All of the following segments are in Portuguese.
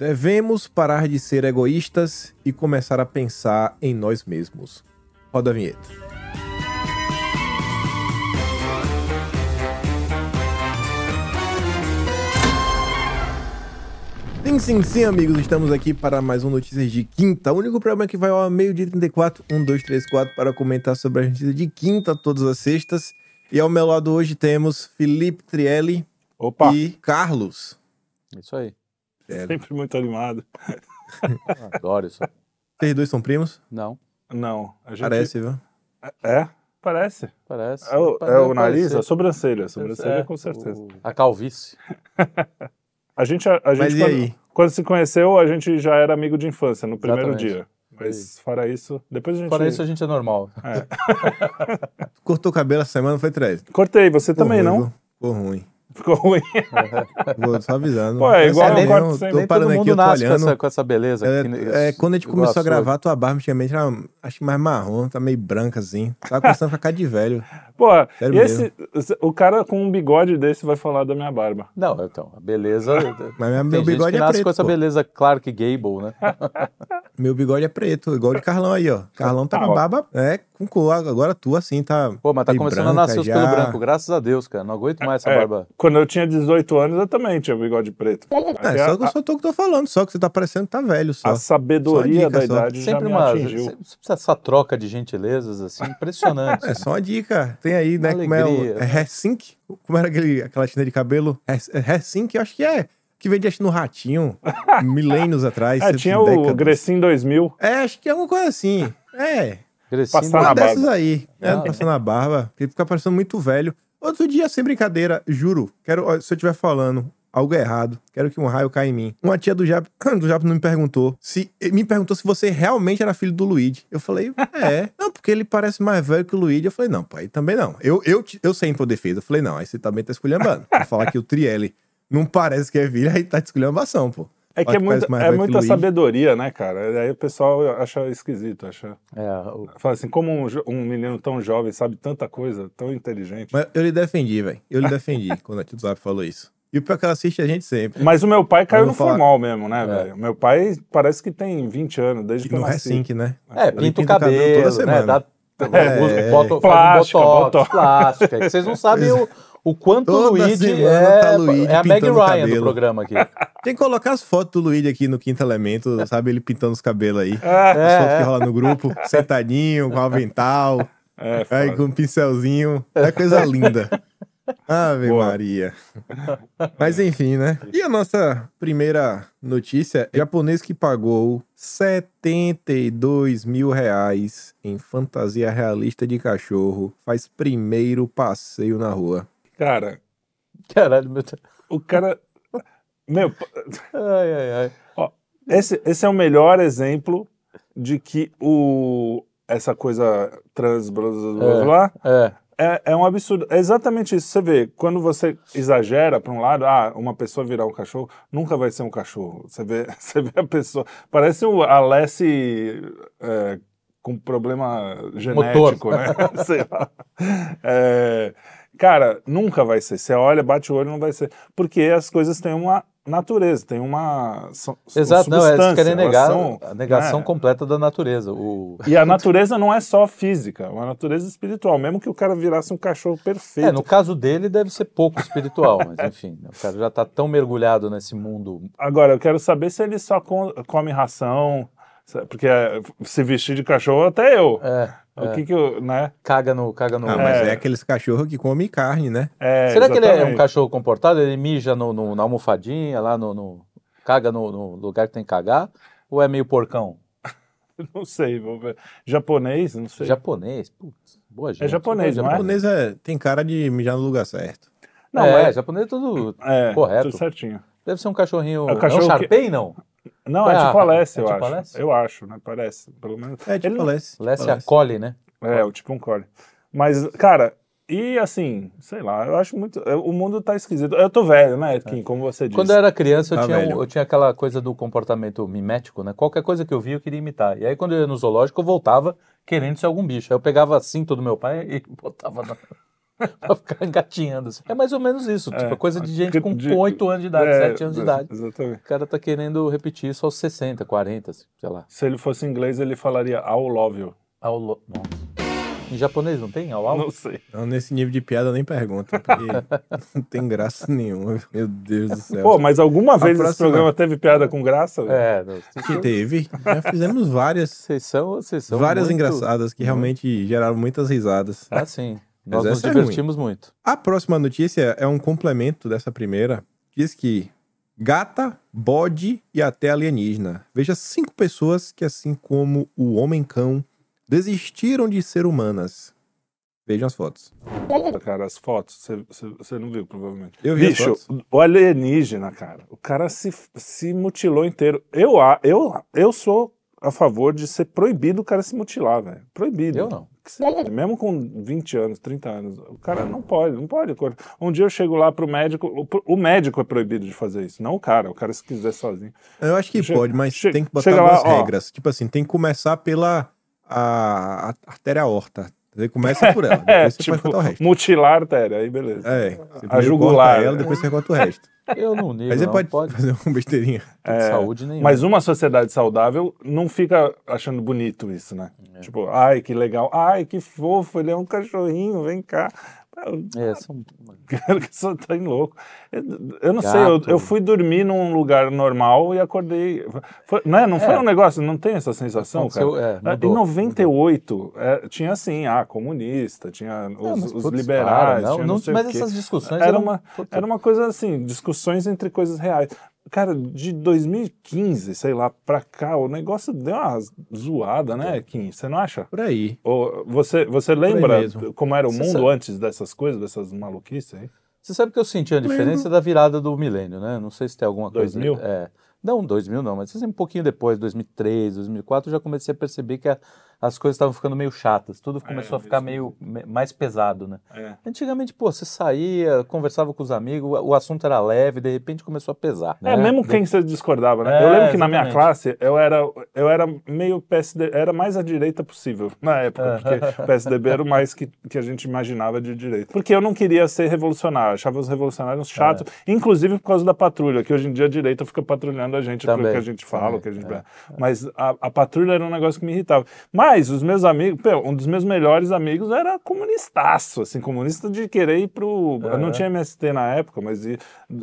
Devemos parar de ser egoístas e começar a pensar em nós mesmos. Roda a vinheta. Sim, amigos, estamos aqui para mais um Notícias de Quinta. O único programa que vai ao meio-dia 34, 1, 2, 3, 4, para comentar sobre as notícias de quinta todas as sextas. E ao meu lado hoje temos Felipe Trielli e Carlos. Isso aí. Sempre muito animado. Adoro isso. Vocês dois são primos? Não. Não. A gente... Parece, viu? É? Parece. Parece. É o nariz, a sobrancelha. A sobrancelha, com certeza. A calvície. A gente Mas e aí? Quando se conheceu, a gente já era amigo de infância, no primeiro Exatamente. dia. Mas fora isso, depois a gente... Fora isso, a gente é normal. Cortou o cabelo essa semana, foi 13? Cortei, você também, não? Ficou ruim. Ficou ruim. Vou só avisando. Pô, é igual nem- eu corto sempre. Tô Nem parando todo aqui, mundo eu tô nasce olhando. com essa beleza. Quando a gente igual começou a sua. gravar, tua barba antigamente era, acho que mais marrom, tá meio branca assim. Tava começando a ficar de velho. Pô, Sério o cara com um bigode desse vai falar da minha barba. Não, então, a beleza... Mas Tem meu gente bigode que é nasce preto, com essa pô. beleza Clark Gable, né? Meu bigode é preto, igual de Carlão aí, ó. Carlão tá com a barba, com cor. Agora tu, assim, tá Pô, mas tá meio começando a branca nascer os já. pelos brancos, graças a Deus, cara. Não aguento mais essa barba. Quando eu tinha 18 anos, eu também tinha bigode preto. Só que eu só tô falando, só que você tá parecendo que tá velho, só. A sabedoria Só da dica, só. idade já Sempre me uma... atingiu. sempre essa troca de gentilezas, assim, impressionante. É só uma dica. Tem aí, né, como é o... Alegria, né? Hair-Sync? Como era aquela tinta de cabelo? Hair-Sync, eu acho que é. Que vendia acho, no Ratinho, milênios atrás. Tinha o décadas. Grecin 2000. Acho que é alguma coisa assim. Crescendo. Passar Uma na barba. dessas aí. Não. Passando na barba. Porque fica parecendo muito velho. Outro dia, sem brincadeira, juro. Ó, se eu estiver falando algo errado, quero que um raio caia em mim. Uma tia do Jap não me perguntou se você realmente era filho do Luigi. Eu falei, não, porque ele parece mais velho que o Luigi. Eu falei, não, pai, também não. Eu sei em tua defesa. Eu falei, não, aí você também tá esculhambando. Pra falar que o Trielli não parece que é filho, aí tá de esculhambação, pô. É que Olha parece mais velho que o muita Luigi. sabedoria, né, cara? Aí o pessoal acha esquisito, É, Fala assim, como um menino tão jovem sabe tanta coisa, tão inteligente. Mas eu lhe defendi, velho. Eu lhe defendi quando a tia do Zap falou isso. E o pior é que ela assiste a gente sempre. Mas o meu pai caiu Eu no vou falar- formal mesmo, né, velho? Meu pai parece que tem 20 anos, desde que eu No nasci. Hair-Sync, né? pinta o pinta o cabelo toda cabelo, né? semana. Faz um Plástica, botox, plástica. É que vocês não sabem o quanto o Toda Luigi semana tá Luigi é a Meg pintando o Ryan do cabelo. programa aqui. Tem que colocar as fotos do Luigi aqui no Quinto Elemento, sabe? Ele pintando os cabelos aí. É, As fotos que rola no grupo, sentadinho, com avental, aí foda. com um pincelzinho. É coisa linda. Ave Boa. Maria. Mas enfim, né? E a nossa primeira notícia: japonês que pagou 72 mil reais em fantasia realista de cachorro faz primeiro passeio na rua. Cara, Caralho, meu Deus. o cara... Meu, Ai. ó, esse é o melhor exemplo de que essa coisa trans, blá, blá, blá, é um absurdo. É exatamente isso. Você vê, quando você exagera para um lado, uma pessoa virar um cachorro, nunca vai ser um cachorro. Você vê a pessoa... Parece a Lessie com problema genético, né? Sei lá. Cara, nunca vai ser. Você olha, bate o olho, não vai ser. Porque as coisas têm uma natureza, tem uma Exato, não, substância. eles querem negar elas são, a negação né? completa da natureza. E a natureza não é só física, é uma natureza espiritual. Mesmo que o cara virasse um cachorro perfeito. No caso dele deve ser pouco espiritual, mas enfim, o cara já tá tão mergulhado nesse mundo. Agora, eu quero saber se ele só come ração, porque se vestir de cachorro até eu. O que eu, né? Caga no... Ah, mas é aqueles cachorros que comem carne, né? Será que ele é um exatamente. cachorro comportado? Ele mija na almofadinha, lá caga no lugar que tem que cagar? Ou é meio porcão? Não sei, vou ver. Japonês, não sei. Japonês? Putz, boa gente. japonês, não é? Japonês tem cara de mijar no lugar certo. Não, japonês é tudo é correto. tudo certinho. Deve ser um cachorrinho... É um cachorro um Shar-Pei, não? Não, é tipo a Lessie, eu tipo a acho. Lessie? Eu acho, né? Parece, pelo menos. É tipo a Lessie. Lessie acolhe, né? É, o tipo um collie. Mas, cara, e assim, sei lá, eu acho muito... O mundo tá esquisito. Eu tô velho, né, Kim, como você disse. Quando eu era criança, Tá velho. eu tinha aquela coisa do comportamento mimético, né? Qualquer coisa que eu via, eu queria imitar. E aí, quando eu ia no zoológico, eu voltava querendo ser algum bicho. Aí eu pegava a cinta do meu pai e botava pra ficar engatinhando. Assim. É mais ou menos isso, tipo, coisa de gente com 8 anos de idade, 7 anos de idade. Exatamente. O cara tá querendo repetir isso aos 60, 40, assim, sei lá. Se ele fosse inglês, ele falaria I'll love you. Nossa. Em japonês não tem? Não sei. Não, nesse nível de piada eu nem pergunto, porque não tem graça nenhuma. Meu Deus do céu. Pô, mas alguma vez esse programa teve piada com graça? Que teve. Já fizemos várias. Vocês são várias muito engraçadas que realmente geraram muitas risadas. Ah, sim. Nós nos divertimos muito. A próxima notícia é um complemento dessa primeira. Diz que gata, bode e até alienígena. Veja 5 pessoas que, assim como o homem-cão, desistiram de ser humanas. Vejam as fotos. Cara, as fotos, você não viu, provavelmente. Eu vi. Bicho, as fotos. O alienígena, cara, o cara se mutilou inteiro. Eu sou a favor de ser proibido o cara se mutilar, velho. Proibido. Eu não. Mesmo com 20 anos, 30 anos, o cara não pode. Um dia eu chego lá pro médico, o médico é proibido de fazer isso, não o cara se quiser sozinho. Eu acho que pode, mas tem que botar algumas regras. Tipo assim, tem que começar pela a artéria aorta. Você começa por ela, depois você pode cortar o resto. Mutilar a artéria, aí beleza. A jugular. Ela, depois você corta o resto. Eu não ligo, Aí você pode fazer uma besteirinha. Saúde nenhuma. Mas uma sociedade saudável não fica achando bonito isso, né? Tipo, ai, que legal. Ai, que fofo, ele é um cachorrinho, vem cá. Cara, que só tá louco. Eu não sei, eu fui dormir num lugar normal e acordei. Não foi um negócio, não tem essa sensação, cara? Em 98, tinha assim, comunista, tinha os liberais. Mas essas discussões era uma coisa assim, discussões entre coisas reais. Cara, de 2015, sei lá, pra cá, o negócio deu uma zoada, né, Kim? Você não acha? Por aí. Você lembra como era o mundo antes dessas coisas, dessas maluquices aí? Você sabe que eu senti a diferença da virada do milênio, né? Não sei se tem alguma coisa... 2000? Não, 2000 não, mas um pouquinho depois, 2003, 2004, eu já comecei a perceber que as coisas estavam ficando meio chatas, tudo começou a ficar meio mais pesado, né? Antigamente, você saía, conversava com os amigos, o assunto era leve, de repente começou a pesar. Né? Mesmo quem você discordava, né? Eu lembro que na minha classe, eu era meio PSD, era mais à direita possível, na época, porque o PSDB era o mais que a gente imaginava de direita. Porque eu não queria ser revolucionário, achava os revolucionários chatos, inclusive por causa da patrulha, que hoje em dia a direita fica patrulhando a gente pelo que a gente fala, o que a gente... Mas a patrulha era um negócio que me irritava. Mas os meus amigos, um dos meus melhores amigos era comunistaço, assim, comunista de querer ir pro... Eu não tinha MST na época, mas de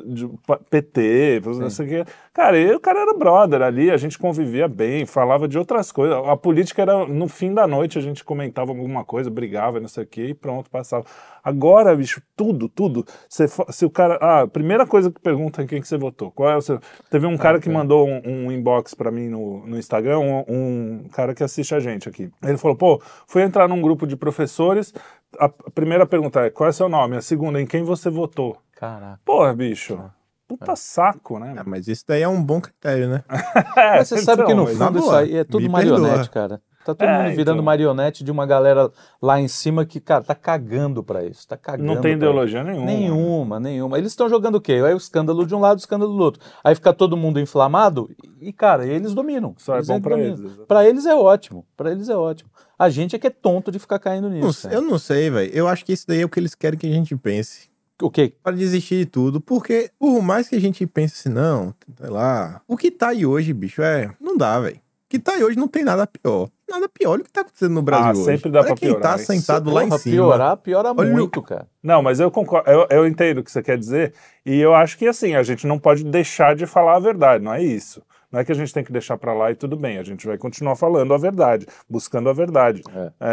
PT, não sei o que. Cara, o cara era brother ali, a gente convivia bem, falava de outras coisas. A política era, no fim da noite, a gente comentava alguma coisa, brigava, não sei o que, e pronto, passava. Agora, bicho, tudo. Se o cara... a primeira coisa que pergunta é quem que você votou. Qual é o seu... Teve um cara que mandou um inbox pra mim no Instagram, um cara que assiste a gente aqui. Ele falou, fui entrar num grupo de professores, a primeira pergunta é, qual é o seu nome? A segunda, em quem você votou? Caraca. Porra, bicho. Puta saco, né? Mas isso daí é um bom critério, né? Mas você sabe que no fundo isso aí é tudo marionete, cara. Tá todo mundo virando marionete de uma galera lá em cima que, cara, tá cagando pra isso. Tá cagando. Não tem ideologia nenhuma. Nenhuma. Eles estão jogando o quê? Aí o escândalo de um lado, o escândalo do outro. Aí fica todo mundo inflamado e, cara, eles dominam. Só é bom pra eles. Pra eles é ótimo. A gente é que é tonto de ficar caindo nisso. Eu não sei, velho. Eu acho que isso daí é o que eles querem que a gente pense. O quê? Para desistir de tudo. Porque, por mais que a gente pense assim, não, sei lá. O que tá aí hoje, bicho, não dá, velho. O que tá aí hoje não tem nada pior. Nada pior do que tá acontecendo no Brasil hoje. Sempre dá pra piorar. Quem tá sentado lá em cima. Piora muito, cara. Não, mas eu concordo, eu entendo o que você quer dizer, e eu acho que, assim, a gente não pode deixar de falar a verdade, não é isso. Não é que a gente tem que deixar pra lá e tudo bem, a gente vai continuar falando a verdade, buscando a verdade.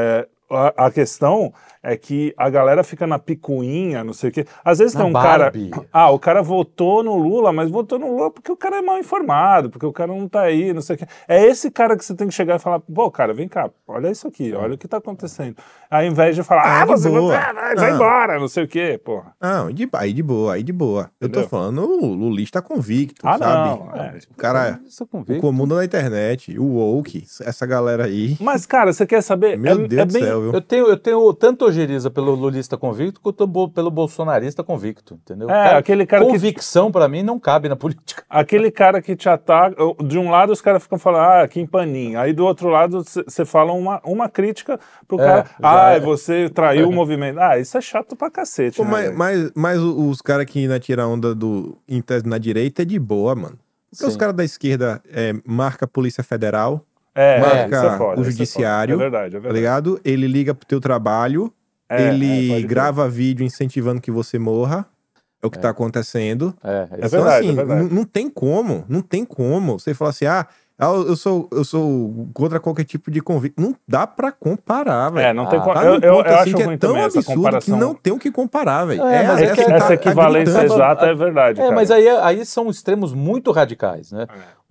A questão é que a galera fica na picuinha, não sei o quê. Às vezes tem um Barbie. cara... o cara votou no Lula, mas votou no Lula porque o cara é mal informado, porque o cara não tá aí, não sei o quê. É esse cara que você tem que chegar e falar, cara, vem cá, olha isso aqui, olha o que tá acontecendo. Ao invés de falar, você vai embora, não sei o quê, porra. Não, aí de boa. Eu tô falando o lulista convicto, sabe? Não. O cara, o comum da internet, o woke, essa galera aí. Mas, cara, você quer saber? Meu Deus do céu. céu, viu? Eu tenho tanto ojeriza pelo lulista convicto quanto pelo bolsonarista convicto, entendeu? Aquele cara convicção, pra mim, não cabe na política. Aquele cara que te ataca... De um lado, os caras ficam falando, que empaninho. Aí, do outro lado, você fala uma crítica pro cara. Você traiu o movimento. Isso é chato pra cacete, né? Mas os caras que ainda tiram onda em tese na direita é de boa, mano. Porque os caras da esquerda marca a Polícia Federal, marca o Judiciário, é verdade. Tá ligado? Ele liga pro teu trabalho, ele grava vídeo incentivando que você morra. É o que tá acontecendo. Então, verdade, assim, é verdade. Não tem como você falar assim, eu sou contra qualquer tipo de convite. Não dá pra comparar, velho. Não tem como. Eu acho ruim é tão também essa absurdo comparação. que não tem o que comparar, velho. Essa equivalência exata é verdade, cara. Mas aí são extremos muito radicais, né?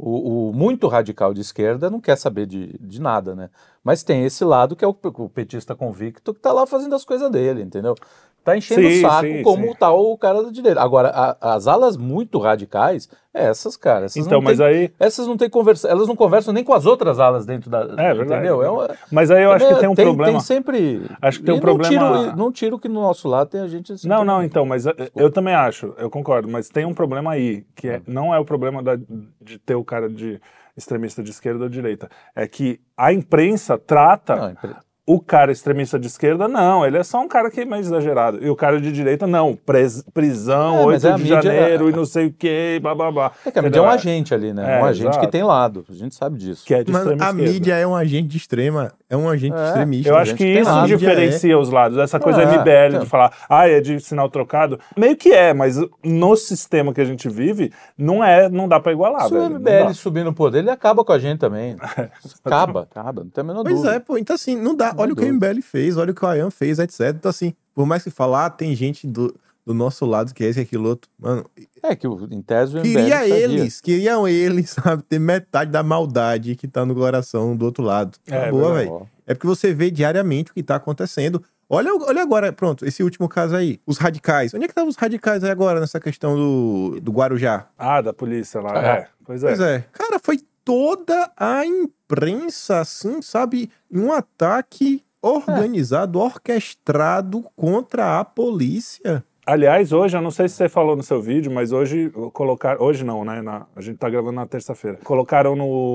O muito radical de esquerda não quer saber de nada, né? Mas tem esse lado que é o petista convicto que tá lá fazendo as coisas dele, entendeu? Tá enchendo o saco como tá o cara da direita. Agora, as alas muito radicais, essas, cara. Essas não têm conversa. Elas não conversam nem com as outras alas dentro da. Entendeu? Mas aí eu acho que tem um problema. Tem sempre. Acho que tem um problema. Não tiro que no nosso lado tem a gente assim. Não, então, mas eu também acho, eu concordo, mas tem um problema aí, que não é o problema de ter o cara de extremista de esquerda ou direita. É que a imprensa trata. O cara extremista de esquerda, não, ele é só um cara que é mais exagerado. E o cara de direita, não, prisão, 8 de janeiro e não sei o que, blá, blá, blá. A mídia é um agente ali, né? Um agente que tem lado, a gente sabe disso. Que é de extrema esquerda. Mídia é um agente de extrema, é um agente extremista. Eu acho que isso diferencia os lados. Essa coisa MBL de falar, é de sinal trocado. Meio que mas no sistema que a gente vive, não dá pra igualar, velho. Se o MBL subir no poder, ele acaba com a gente também. Acaba, não tem a menor dúvida. Pois então assim, não dá. Olha o que o MBL fez, olha o que o Ayan fez, etc. Então, assim, por mais que falar, tem gente do nosso lado que é esse e aquilo outro. Mano. Que em tese o MBL queriam eles, sabe, ter metade da maldade que tá no coração do outro lado. Boa, velho. É porque você vê diariamente o que tá acontecendo. Olha agora, pronto, esse último caso aí. Os radicais. Onde é que estavam os radicais aí agora nessa questão do Guarujá? Da polícia lá. Pois é. Cara, foi toda a imprensa, assim, sabe, um ataque organizado, orquestrado contra a polícia. Aliás, hoje, eu não sei se você falou no seu vídeo, mas hoje colocaram... Hoje não, né? A gente tá gravando na terça-feira. Colocaram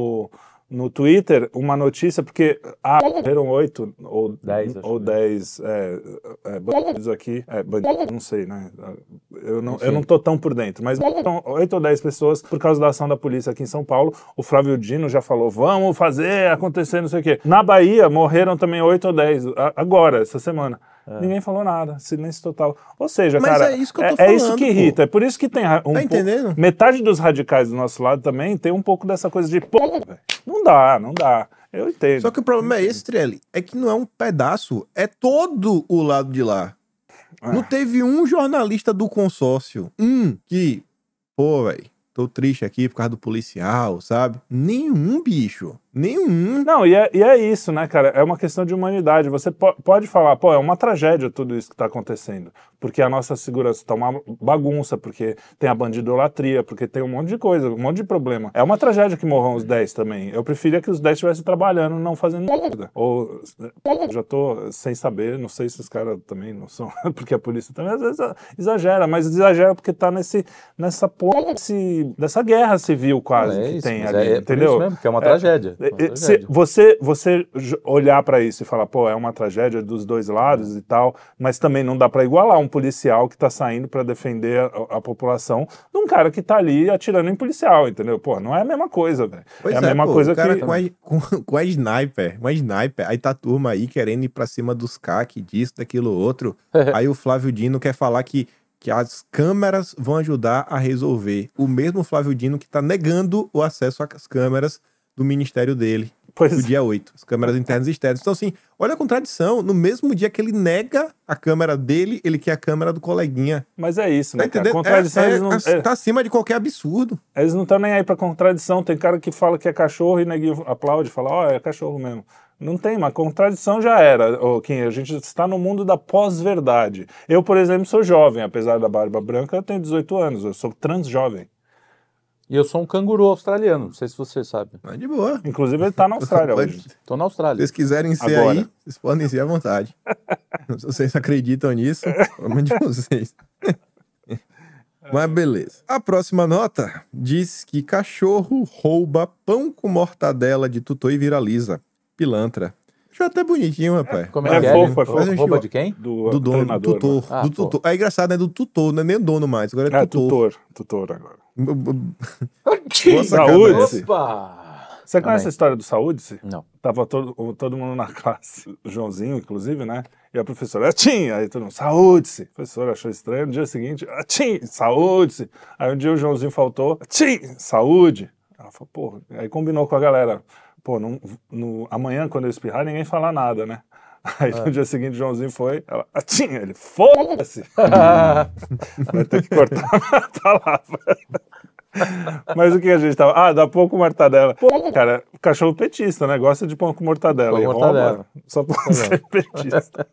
no Twitter uma notícia, porque morreram 8 ou 10 bandidos aqui. Não sei, né? Eu não tô tão por dentro, mas 8 ou 10 pessoas por causa da ação da polícia aqui em São Paulo. O Flávio Dino já falou, vamos fazer acontecer, não sei o quê. Na Bahia, morreram também 8 ou 10, agora, essa semana. Ninguém falou nada, silêncio total. Ou seja, mas cara, é isso que eu tô falando, isso que irrita. É por isso que tem tá entendendo? Metade dos radicais do nosso lado também tem um pouco dessa coisa de não dá. Eu entendo. Só que o problema é esse, Trelli, é que não é um pedaço, é todo o lado de lá. Não teve um jornalista do consórcio, que, velho, tô triste aqui por causa do policial, sabe? Nenhum, bicho. Nenhum. Não, e é isso, né, cara? É uma questão de humanidade. Você pode falar, é uma tragédia tudo isso que tá acontecendo. Porque a nossa segurança tá uma bagunça, porque tem a bandidolatria, porque tem um monte de coisa, um monte de problema. É uma tragédia que morram os 10 também. Eu preferia que os 10 estivessem trabalhando, não fazendo nada. Ou, já tô sem saber, não sei se os caras também não são, porque a polícia também às vezes exagera, mas exagera porque tá nessa porra, dessa guerra civil quase que tem ali, entendeu? Por isso mesmo, que é uma tragédia. Se você olhar pra isso e falar, é uma tragédia dos dois lados e tal, mas também não dá pra igualar um policial que tá saindo pra defender a população de um cara que tá ali atirando em policial, entendeu? Não é a mesma coisa, velho. É a mesma coisa cara que... Com a sniper, aí tá a turma aí querendo ir pra cima dos CAC, disso, daquilo, outro. Aí o Flávio Dino quer falar que as câmeras vão ajudar a resolver. O mesmo Flávio Dino que tá negando o acesso às câmeras do ministério dele, do dia 8, as câmeras internas e externas. Então, assim, olha a contradição. No mesmo dia que ele nega a câmera dele, ele quer a câmera do coleguinha. Mas é isso, né, cara? Contradição, tá acima de qualquer absurdo. Eles não estão nem aí pra contradição. Tem cara que fala que é cachorro e neguinho aplaude, fala, é cachorro mesmo. Não tem, mas contradição já era, Kim. A gente está no mundo da pós-verdade. Eu, por exemplo, sou jovem, apesar da barba branca, eu tenho 18 anos, eu sou trans-jovem. E eu sou um canguru australiano, não sei se você sabe. Mas de boa. Inclusive ele tá na Austrália hoje. Tô na Austrália. Se vocês quiserem ser Agora. aí, vocês podem ser à vontade. Se vocês acreditam nisso, problema de vocês. Mas beleza. A próxima nota diz que cachorro rouba pão com mortadela de tutor e viraliza. Pilantra. Achou até bonitinho, rapaz. Como É fofo, é Faz fofo. um Rouba de quem? Do dono, do treinador, tutor. né? Do tutor. É engraçado, né? Do tutor, não é nem dono mais. Agora é tutor. Tutor agora. Boa sacada Saúde. essa. Opa! Você conhece a história do Saúde? Não. Tava todo mundo na classe, o Joãozinho, inclusive, né? E a professora, Atim! Aí todo mundo, Saúde-se! A professora achou estranho. No dia seguinte, Atim! Saúde-se! Aí um dia o Joãozinho faltou, Atim! Saúde! Ela falou, pô, aí combinou com a galera, pô, amanhã quando eu espirrar, ninguém fala nada, né? Aí no dia seguinte o Joãozinho foi, ela, Atim! Ele, foda-se! Vai ter que cortar a palavra. Mas o que a gente tava... dá pão com mortadela. Pô, cara, cachorro petista, né? Gosta de pão com mortadela. Pão E com mortadela. rouba só por ser petista.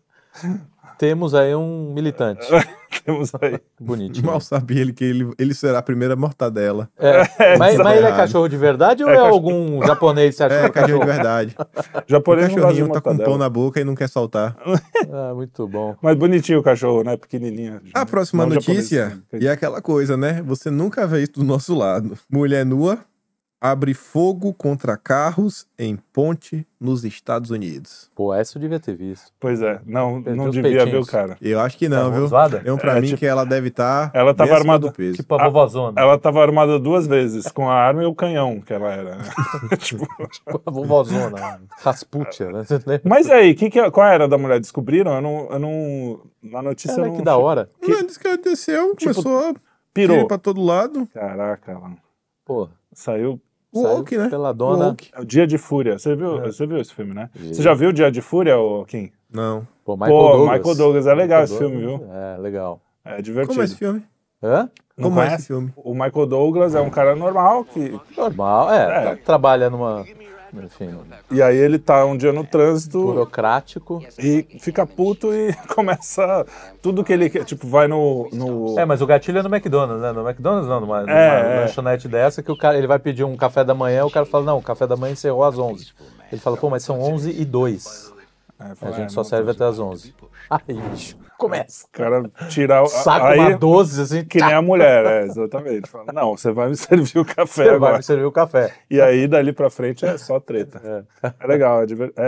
Temos aí um militante. Temos aí. Bonitinho. Mal sabia ele que ele será a primeira mortadela. Mas ele é cachorro de verdade ou é algum japonês que você acha É, que é cachorro de cachorro? verdade. O Japonês não gosta de cachorrinho tá com mortadela. pão na boca e não quer soltar. Ah, muito bom. Mas bonitinho o cachorro, né? Pequenininho. A próxima Não notícia, japonês, e é aquela coisa, né? Você nunca vê isso do nosso lado. Mulher nua abre fogo contra carros em ponte nos Estados Unidos. Pô, essa eu devia ter visto. Pois é, não os devia ver o peitinhos. cara. Eu acho que não, Tá viu? zoada? Então, pra mim, tipo, que ela deve estar. ela tava armada- do peso. Tipo a vovozona. Ela tava armada 2 vezes, com a arma e o canhão que ela era. Né? Tipo, Tipo a vovozona. Rasputia, né? Você lembra? mas aí, qual era da mulher? Descobriram? Eu não na notícia eu Cara, não que da hora. Não, disse que ela desceu, começou a Pirou. tirar pra todo lado. Caraca, mano. Pô, Saiu Woke, né? pela dona. Woke. O Dia de Fúria. Você viu esse filme, né? Você já viu o Dia de Fúria, Kim? Não. Pô, Michael Douglas. É legal esse Michael filme, viu? Douglas, É, legal. É divertido. Como é esse filme? Hã? Não Como é esse conhece? filme? O Michael Douglas é um cara normal que... Normal, trabalha numa... Enfim, E aí ele tá um dia no trânsito burocrático. e fica puto e começa... Tudo que ele quer, tipo, vai no... Mas o gatilho é no McDonald's, né? No McDonald's não, numa lanchonete dessa, que o cara, ele vai pedir um café da manhã, o cara fala, não, o café da manhã encerrou às 11. Ele fala, pô, mas são 11h02. A gente só serve até às 11. Aí, bicho, começa. O cara tira... Saca aí, uma 12, assim, que nem a mulher, exatamente. Fala, não, você vai me servir o café você agora. vai me servir o café. E aí, dali pra frente, é só treta. É legal,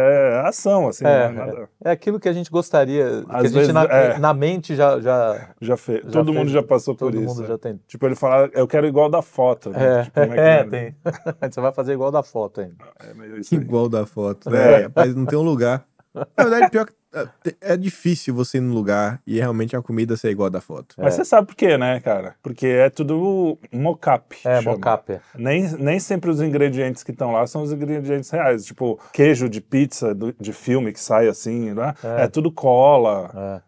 é ação, assim. não é nada... É aquilo que a gente gostaria, que a Às gente vezes, na mente já Todo mundo fez, já passou por todo isso. mundo já tem. Tipo, ele fala, eu quero igual da foto. Né? Tipo, como é que tem. Você vai fazer igual da foto ainda. É meio isso aí. Igual da foto. É, rapaz, não tem um lugar. Na verdade, pior que é difícil você ir num lugar e realmente a comida ser igual da foto. Mas você sabe por quê, né, cara? Porque é tudo mock-up. chama. Mock-up. Nem sempre os ingredientes que estão lá são os ingredientes reais. Tipo, queijo de pizza de filme que sai assim, né? É tudo cola.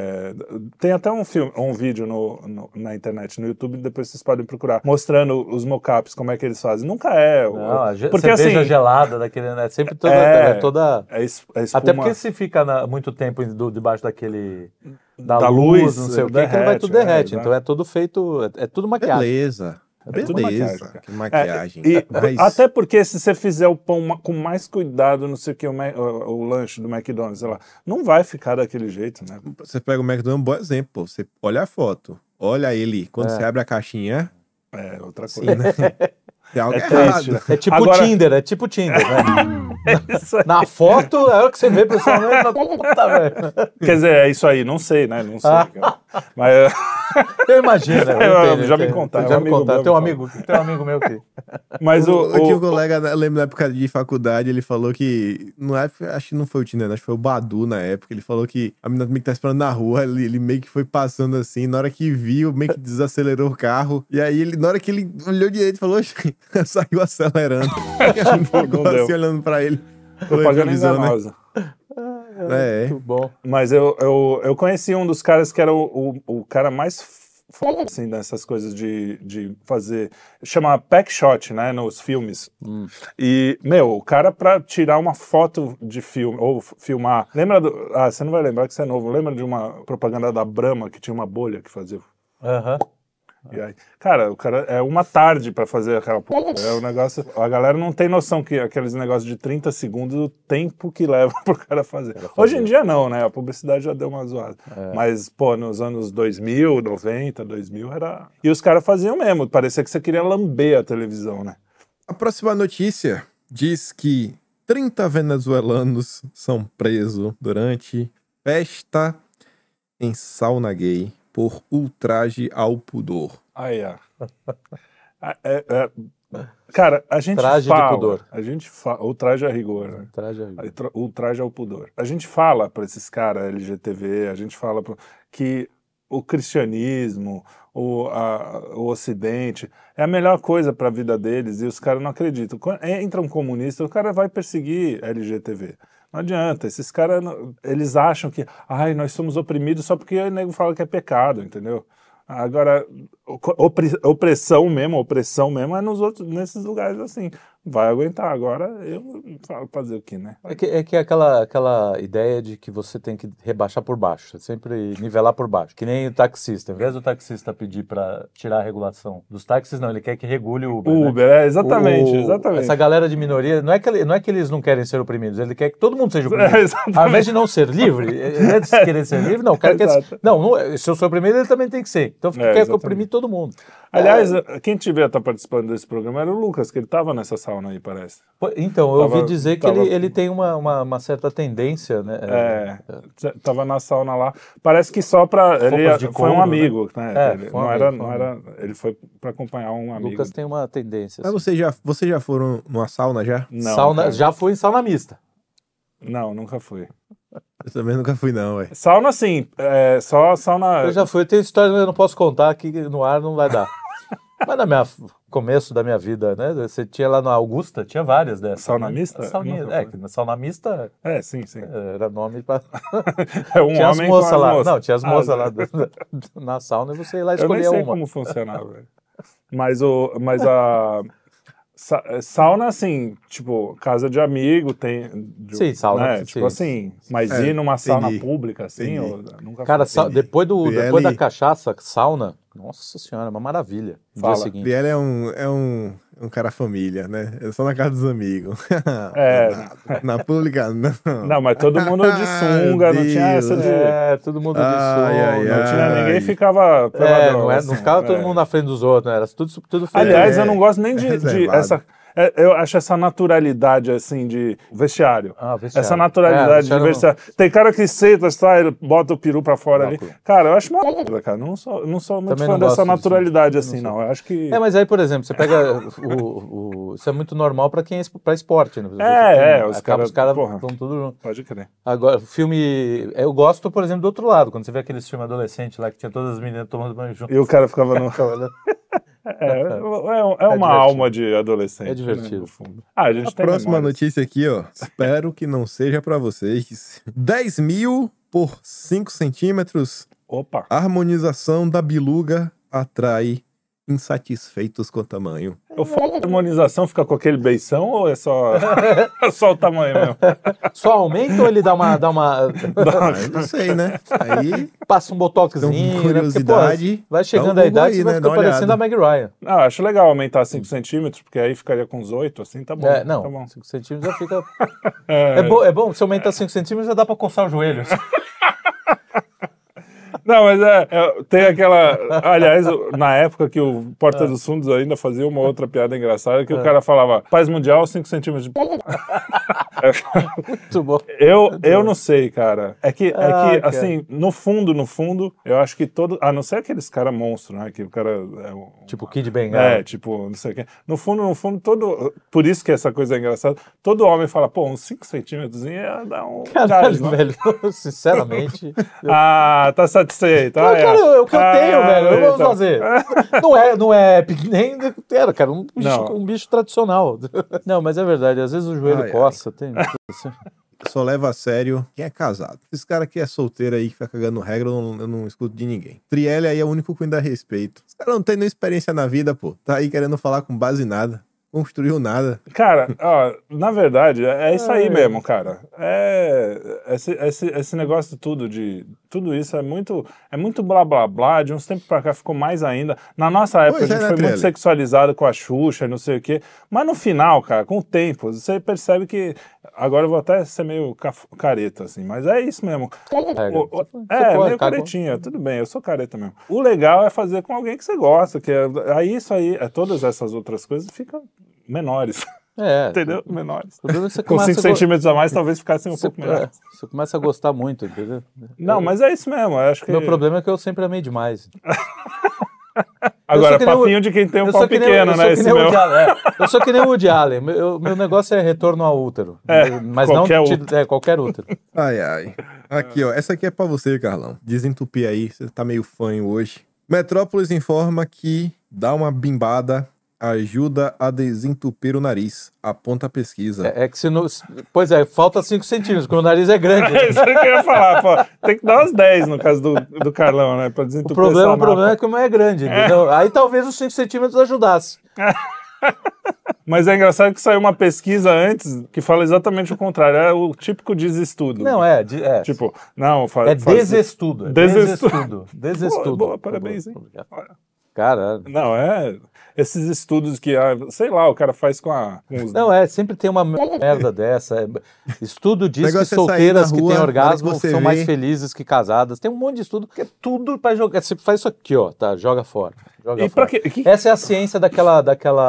Tem até um vídeo na internet, no YouTube, depois vocês podem procurar, mostrando os mock-ups, como é que eles fazem. Nunca é. Não, porque cerveja assim, gelada daquele, né? Sempre toda... é espuma. Até porque se fica muito tempo debaixo daquele... Da luz, luz, não sei o que ele vai tudo derrete. Então é tudo feito... É tudo maquiagem. Beleza. tudo Beleza. maquiagem. Que maquiagem. Mas... Até porque se você fizer o pão com mais cuidado, não sei o que, o lanche do McDonald's, sei lá, não vai ficar daquele jeito, né? Você pega o McDonald's, um bom exemplo. Você olha a foto, olha ele. Quando você abre a caixinha, É outra sim, coisa. né? Tem algo É errado. triste, né? É tipo Agora- Tinder, né? Na foto, é hora que você vê pessoalmente, puta, velho. Quer dizer, é isso aí, não sei, né? Não sei. Cara. Mas Eu imagino, né? Eu entendo, já me entendo. contaram, Já um me amigo contaram. meu Tem um amigo meu que... mas Eu tinha um colega, eu lembro na época de faculdade, ele falou que, acho que não foi o Tinder, acho que foi o Badu na época, ele falou que a menina meio que tá esperando na rua, ele meio que foi passando assim, na hora que viu, meio que desacelerou o carro, e aí na hora que ele olhou direito, falou, saiu acelerando. Ficou Não deu. assim olhando pra ele. propaganda Retrovisor, né? enganosa. Muito bom. Mas eu conheci um dos caras que era o cara mais foda, assim, dessas coisas de fazer... Chama pack shot, né, nos filmes. E, o cara pra tirar uma foto de filme, ou filmar... Lembra do... você não vai lembrar que você é novo. Lembra de uma propaganda da Brahma que tinha uma bolha que fazia... Aham. E aí, cara, o cara é uma tarde pra fazer aquela porra. É um negócio. A galera não tem noção que aqueles negócios de 30 segundos, o tempo que leva pro cara fazer. Hoje em dia não, né? A publicidade já deu uma zoada. Mas, pô, nos anos 2000, 90, 2000 era. E os caras faziam mesmo. Parecia que você queria lamber a televisão, né? A próxima notícia diz que 30 venezuelanos são presos durante festa em sauna gay por ultraje ao pudor. Aí, ó. Cara, a gente traje fala... de pudor. A gente fala... O traje a rigor, né? Traje a rigor. O traje ao pudor. A gente fala pra esses caras LGTV, a gente fala que o cristianismo, o Ocidente, é a melhor coisa pra vida deles e os caras não acreditam. Quando entra um comunista, o cara vai perseguir LGTV. Não adianta, esses caras, eles acham que nós somos oprimidos só porque o nego fala que é pecado, entendeu? Agora, opressão mesmo é nesses lugares assim. Vai aguentar. Agora, eu falo fazer o quê, né? É que aquela ideia de que você tem que rebaixar por baixo, sempre nivelar por baixo. Que nem o taxista. Ao invés do taxista pedir para tirar a regulação dos táxis, não, ele quer que regule o Uber. O Uber, né? Exatamente. Essa galera de minoria, não é que eles não querem ser oprimidos, ele quer que todo mundo seja oprimido. Ao invés de não ser livre, antes de querer ser livre, não, o cara quer ser... Não, se eu sou oprimido, ele também tem que ser. Então quer oprimir todo mundo. Aliás, quem tiver participando desse programa era o Lucas, que ele estava nessa sauna aí, parece. Então, eu ouvi dizer que ele tem uma certa tendência, né? Tava na sauna lá. Parece que só pra... foi um amigo, né? Ele foi pra acompanhar um amigo. Lucas tem uma tendência. Mas vocês já foram numa sauna já? Não. Já fui em sauna mista. Não, nunca fui. Eu também nunca fui, não, ué. Sauna, sim. Só sauna... Eu já fui. Tem história que eu não posso contar aqui no ar, não vai dar. Mas no começo da minha vida, né? Você tinha lá na Augusta, tinha várias dessas. Sauna mista? Na sauna mista... sim. Era nome pra... Tinha as moças lá. Não, tinha as moças lá na sauna e você ia lá escolher uma. Eu nem sei como funcionava, velho. Mas a... Sauna, assim, tipo, casa de amigo, tem... Sim, sauna. Né? Tipo assim, mas ir numa sauna pública, assim, eu nunca... Cara, depois da cachaça, sauna, nossa senhora, é uma maravilha. Fala. Dia seguinte. Biel é um cara família, né? É só na casa dos amigos. Na pública, não. Não, mas todo mundo de sunga, não tinha essa de... todo mundo de sunga. Não tinha, ninguém ficava... Não ficava todo mundo na frente dos outros, né? Era tudo feio. Aliás, eu não gosto nem de essa... Eu acho essa naturalidade, assim, de vestiário. Vestiário. Essa naturalidade de vestiário. Tem cara que senta, ele bota o peru pra fora ali. Cara, eu acho uma merda, cara. Não sou muito também fã dessa naturalidade, assim, não. Eu acho que... mas aí, por exemplo, você pega isso é muito normal pra quem pra esporte, né? Os caras estão tudo junto. Pode crer. Agora, filme... Eu gosto, por exemplo, do outro lado. Quando você vê aqueles filmes adolescentes lá, que tinha todas as meninas tomando banho junto. E o cara ficava no... É uma alma de adolescente. É divertido. Né, no fundo. A próxima notícia aqui, ó. Espero que não seja pra vocês. 10 mil por 5 centímetros. Opa. Harmonização da biluga atrai insatisfeitos com o tamanho. A harmonização fica com aquele beição ou é só o tamanho mesmo? Só aumenta ou ele dá uma... Não sei, né? Aí... Passa um botoxinho, curiosidade. Né? Porque, vai chegando a idade, você vai ficar parecendo a Meg Ryan. Não, acho legal aumentar 5 centímetros, porque aí ficaria com uns 8, assim, tá bom. Não, tá bom. 5 centímetros já fica... É bom, se aumentar 5 centímetros já dá pra coçar o joelho. Não, mas tem aquela... Aliás, na época que o Porta dos Fundos ainda fazia uma outra piada engraçada, que o cara falava, paz mundial, 5 centímetros de... Muito bom. Eu não sei, cara. É que assim, no fundo, eu acho que todo... A não ser aqueles caras monstros, né? Que o cara... Tipo Kid Bengala. Tipo, não sei o quê. No fundo, todo... Por isso que essa coisa é engraçada. Todo homem fala, pô, uns 5 centímetros ia dar um... Caralho, velho. Sinceramente... Tá satisfeito. Cara, o que eu tenho, velho. Eu vou fazer. Não é nem... Cara, um bicho tradicional. Não, mas é verdade. Às vezes o joelho coça. Tem... Só leva a sério quem é casado. Esse cara que é solteiro aí, que fica cagando regra, eu não escuto de ninguém. Trielli aí é o único que me dá respeito. Esse cara não tem nem experiência na vida, pô. Tá aí querendo falar com base em nada. Construiu nada. Cara, na verdade, é isso aí mesmo, cara. Esse negócio tudo tudo isso é muito blá blá blá, de uns tempos pra cá ficou mais ainda. Na nossa época a gente foi muito sexualizado com a Xuxa e não sei o quê, mas no final, cara, com o tempo, você percebe que, agora eu vou até ser meio careta, assim, mas é isso mesmo. Meio caretinha, tudo bem, eu sou careta mesmo. O legal é fazer com alguém que você gosta, que isso aí, todas essas outras coisas ficam menores. Entendeu? Menores. Com 5 centímetros a mais, talvez ficassem um pouco menores. Você começa a gostar muito, entendeu? Não, mas é isso mesmo. Eu acho que... Meu problema é que eu sempre amei demais. Agora, papinho de quem tem um pau pequeno, né? Eu sou que nem o Woody Allen. Meu negócio é retorno ao útero. Mas qualquer não útero. Qualquer útero. Ai. Aqui, ó. Essa aqui é pra você, Carlão. Desentupir aí. Você tá meio fanho hoje. Metrópolis informa que dá uma bimbada ajuda a desentupir o nariz, aponta a pesquisa. Pois é, falta 5 centímetros, porque o nariz é grande. É isso que eu ia falar, pô. Tem que dar uns 10 no caso do Carlão, né? Pra desentupir o problema é que o meu é grande, entendeu? Aí talvez os 5 centímetros ajudasse. Mas é engraçado que saiu uma pesquisa antes que fala exatamente o contrário. É o típico desestudo. Não, Tipo, não... desestudo. Desestudo. Boa, parabéns, hein? Cara... Não, esses estudos que, sei lá, o cara faz com os... Não, sempre tem uma merda dessa. Estudo diz que solteiras que têm orgasmo são mais felizes que casadas. Tem um monte de estudo que é tudo pra jogar. Você faz isso aqui, ó, tá? Joga fora. Essa é a ciência daquela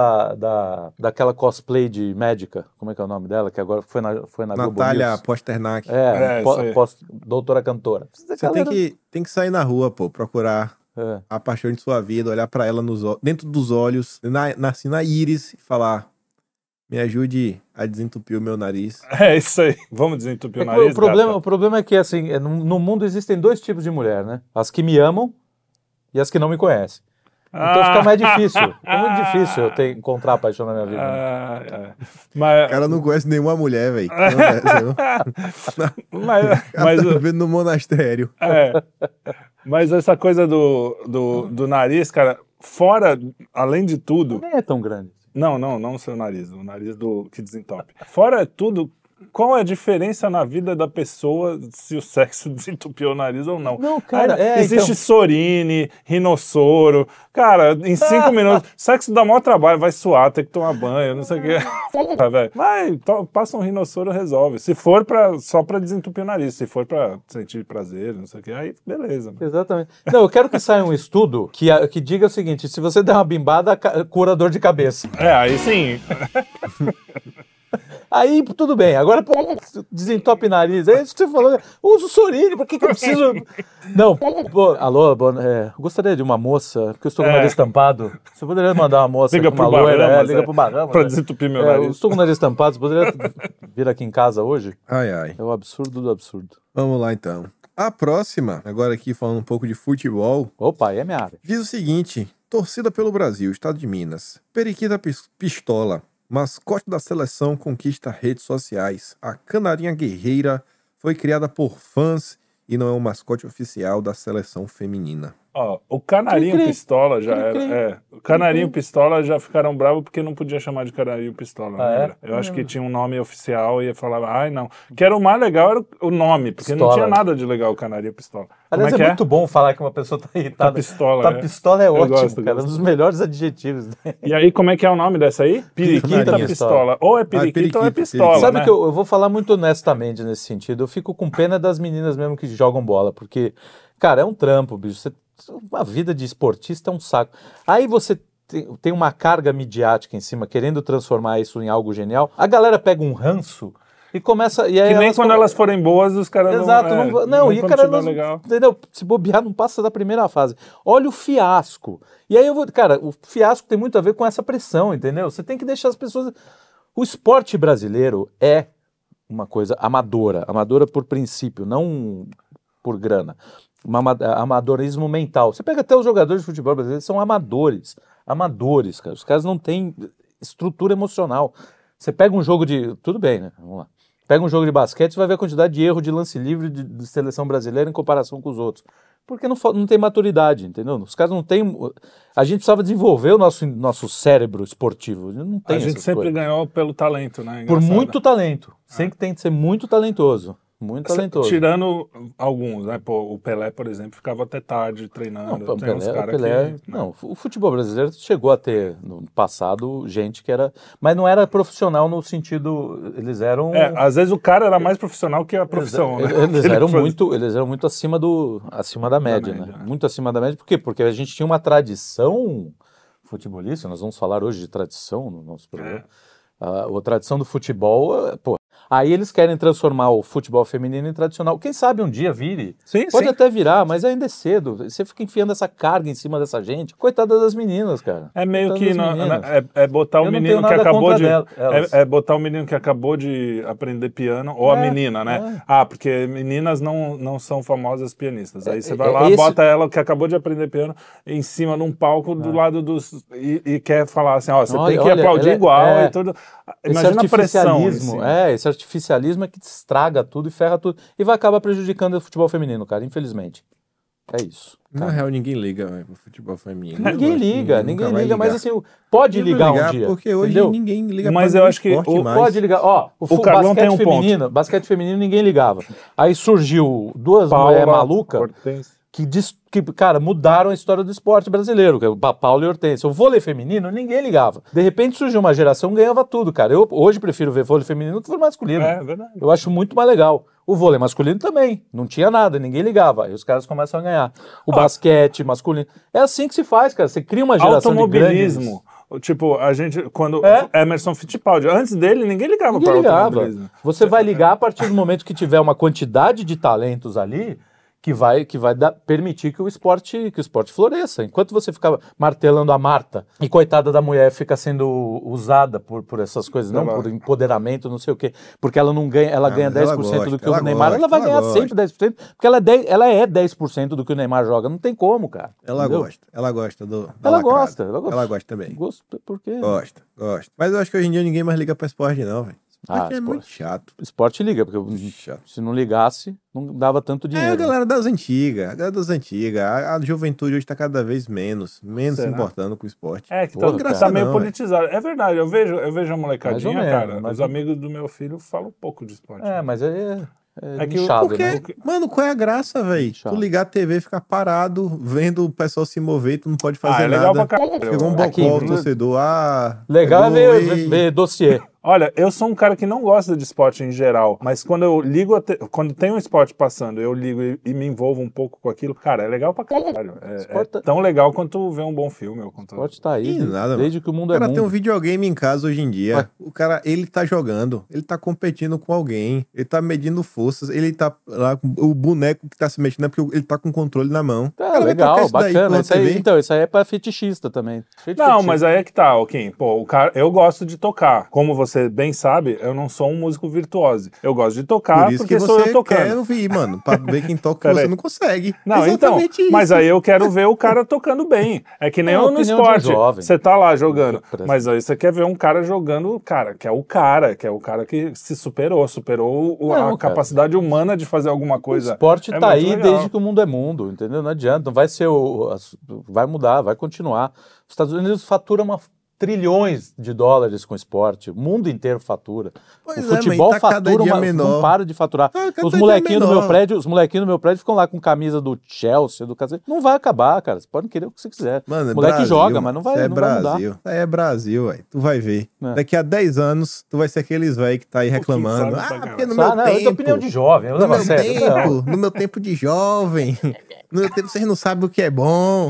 cosplay de médica. Como é que é o nome dela? Que agora foi na Globo Natália News. Posternak. Doutora cantora. Você tem que sair na rua, pô, procurar... a paixão de sua vida, olhar pra ela dentro dos olhos, na íris e falar: me ajude a desentupir o meu nariz. É isso aí, vamos desentupir o nariz. O problema é que, assim, no mundo existem 2 tipos de mulher, né? As que me amam e as que não me conhecem. Então fica mais difícil. É muito difícil eu encontrar a paixão na minha vida. Mas... O cara não conhece nenhuma mulher, velho. Mas tá vivendo no monastério. Mas essa coisa do nariz, cara, fora, além de tudo... Nem é tão grande. Não o seu nariz, o nariz que desentope. Fora tudo, qual é a diferença na vida da pessoa se o sexo desentupiu o nariz ou não? Não, cara, existe Sorine, rinossoro. Cara, em 5 minutos, sexo dá maior trabalho, vai suar, tem que tomar banho, não sei o quê. Vai, passa um rinossoro, resolve. Se for só pra desentupir o nariz, se for pra sentir prazer, não sei o quê, aí beleza. Exatamente. Não, eu quero que saia um estudo que diga o seguinte: se você der uma bimbada, cura dor de cabeça. Aí sim. Aí tudo bem, agora desentope nariz, é isso que você falou, usa o Sorine, por que eu preciso... Não, alô, gostaria de uma moça, porque eu estou com o nariz tampado, você poderia mandar uma moça liga com uma loira, liga pro Bahamas, pra desentupir meu nariz. Eu estou com o nariz tampado, você poderia vir aqui em casa hoje? Ai. É o absurdo do absurdo. Vamos lá, então. A próxima, agora aqui falando um pouco de futebol. Opa, aí é minha área. Diz o seguinte: torcida pelo Brasil, estado de Minas. Periquita Pistola, mascote da seleção, conquista redes sociais. A Canarinha Guerreira foi criada por fãs e não é um mascote oficial da seleção feminina. O Canarinho Pistola já era. O Canarinho Pistola já ficaram bravos porque não podia chamar de Canarinho Pistola, lembra? Eu acho que tinha um nome oficial e falava, não. Que era o mais legal, era o nome, porque Pistola. Não tinha nada de legal o Canarinho Pistola. Aliás, é muito bom falar que uma pessoa tá irritada. Pistola. Pistola é ótimo, cara. Um dos melhores adjetivos. E aí, como é que é o nome dessa aí? Periquita Pistola. Ou é periquita ou é pistola. Sabe que eu vou falar muito honestamente nesse sentido. Eu fico com pena das meninas mesmo que jogam bola, porque, cara, é um trampo, bicho. Uma vida de esportista é um saco. Aí você tem uma carga midiática em cima, querendo transformar isso em algo genial. A galera pega um ranço e começa... E aí que nem quando elas forem boas, os caras não... e o cara não... Entendeu? Se bobear, não passa da primeira fase. Olha o fiasco. E aí Cara, o fiasco tem muito a ver com essa pressão, entendeu? Você tem que deixar as pessoas... O esporte brasileiro é uma coisa amadora. Amadora por princípio, não por grana. Amadorismo mental. Você pega até os jogadores de futebol brasileiro, são amadores, cara. Os caras não têm estrutura emocional. Você pega um jogo de... Tudo bem, né? Vamos lá. Pega um jogo de basquete, você vai ver a quantidade de erro de lance livre de seleção brasileira em comparação com os outros. Porque não tem maturidade, entendeu? Os caras não têm... A gente precisava desenvolver o nosso cérebro esportivo. Não tem. A gente sempre ganhou pelo talento, né? Por muito talento. Sempre tem que ser muito talentoso. Muito talentoso. Tirando alguns, né? Pô, o Pelé, por exemplo, ficava até tarde treinando. Não, Tem uns caras que... Não, o futebol brasileiro chegou a ter, no passado, gente que era... Mas não era profissional no sentido... Eles eram... às vezes o cara era mais profissional que a profissão, né? Eles eram muito acima da média, né? Muito acima da média. Por quê? Porque a gente tinha uma tradição futebolista, nós vamos falar hoje de tradição no nosso programa. A tradição do futebol, pô. Aí eles querem transformar o futebol feminino em tradicional. Quem sabe um dia vire. Pode até virar, mas ainda é cedo. Você fica enfiando essa carga em cima dessa gente. Coitada das meninas, cara. É meio que botar o menino que acabou de... É botar o menino que acabou de aprender piano, ou a menina, né? Porque meninas não são famosas pianistas. Aí você vai lá, bota ela que acabou de aprender piano em cima de um palco do lado dos... E quer falar assim, ó, você tem que aplaudir igual e tudo. Imagina a pressão. Esse artificialismo é que estraga tudo e ferra tudo. E vai acabar prejudicando o futebol feminino, cara, infelizmente. É isso. Na real, ninguém liga pro futebol feminino. Ninguém liga, mas assim, pode ligar um dia. Porque hoje ninguém liga mas eu acho que pode ligar. Ó, o Carlão tem um ponto. Basquete feminino ninguém ligava. Aí surgiu duas mulheres malucas que, cara, mudaram a história do esporte brasileiro, que é o Paula e Hortência. O vôlei feminino, ninguém ligava. De repente surgiu uma geração que ganhava tudo, cara. Eu hoje prefiro ver vôlei feminino do que vôlei masculino. É verdade. Eu acho muito mais legal. O vôlei masculino também. Não tinha nada, ninguém ligava. Aí os caras começam a ganhar. O basquete masculino. É assim que se faz, cara. Você cria uma geração de grandes... Tipo, a gente, quando Emerson Fittipaldi, antes dele, ninguém ligava para automobilismo. Você vai ligar a partir do momento que tiver uma quantidade de talentos ali que vai permitir que o esporte floresça. Enquanto você ficava martelando a Marta e coitada da mulher fica sendo usada por essas coisas, não por empoderamento, não sei o quê, porque ela não ganha, ela ganha 10% do que o Neymar, ela vai ganhar sempre 10%, porque ela é 10% do que o Neymar joga, não tem como, cara. Ela gosta do ela gosta também. Gosta, por quê? Gosta. Mas eu acho que hoje em dia ninguém mais liga pra esporte não, velho. Esporte é muito chato. Esporte liga, porque se não ligasse, não dava tanto dinheiro. É a galera das antigas. A juventude hoje tá cada vez menos se importando com o esporte. Que tá meio politizado. É verdade, eu vejo a molecadinha, cara. Os amigos do meu filho falam um pouco de esporte. Mas aí é nichado, né? Mano, qual é a graça, velho? Tu ligar a TV e ficar parado, vendo o pessoal se mover e tu não pode fazer nada. Legal pra caralho. Chegou um bocó, torcedor. Legal é ver dossiê. Olha, eu sou um cara que não gosta de esporte em geral, mas quando eu ligo, quando tem um esporte passando, eu ligo e me envolvo um pouco com aquilo, cara, é legal pra caralho. É tão legal quanto ver um bom filme. O esporte tá aí, desde que o mundo é mundo. O cara tem um videogame em casa hoje em dia, o cara, ele tá jogando, ele tá competindo com alguém, ele tá medindo forças, ele tá lá com o boneco que tá se mexendo, é porque ele tá com o controle na mão. Tá, legal, bacana. Isso aí é pra fetichista também. Não, mas aí é que tá, Kim. Pô, eu gosto de tocar. Como você bem sabe, eu não sou um músico virtuoso. Eu gosto de tocar porque sou eu tocando. Quer ouvir, mano, pra ver quem toca você não consegue. Não, exatamente isso. Mas aí eu quero ver o cara tocando bem. É que nem eu no esporte. Você tá lá jogando, mas aí você quer ver um cara jogando, cara, que é o cara que se superou a capacidade humana de fazer alguma coisa. O esporte tá aí desde que o mundo é mundo, entendeu? Não adianta, não vai ser vai mudar, vai continuar. Os Estados Unidos faturam trilhões de dólares com esporte, o mundo inteiro fatura. O futebol fatura, não para de faturar. Os molequinhos do meu prédio ficam lá com camisa do Chelsea, do Casemiro. Não vai acabar, cara. Você pode querer o que você quiser. Mano, o moleque Brasil, joga, mas não vai mudar. Isso aí é Brasil, velho. Tu vai ver. Daqui a 10 anos, tu vai ser aqueles velho que tá aí reclamando. Porque no meu tempo... É opinião de jovem. No meu tempo de jovem... No meu tempo vocês não sabem o que é bom.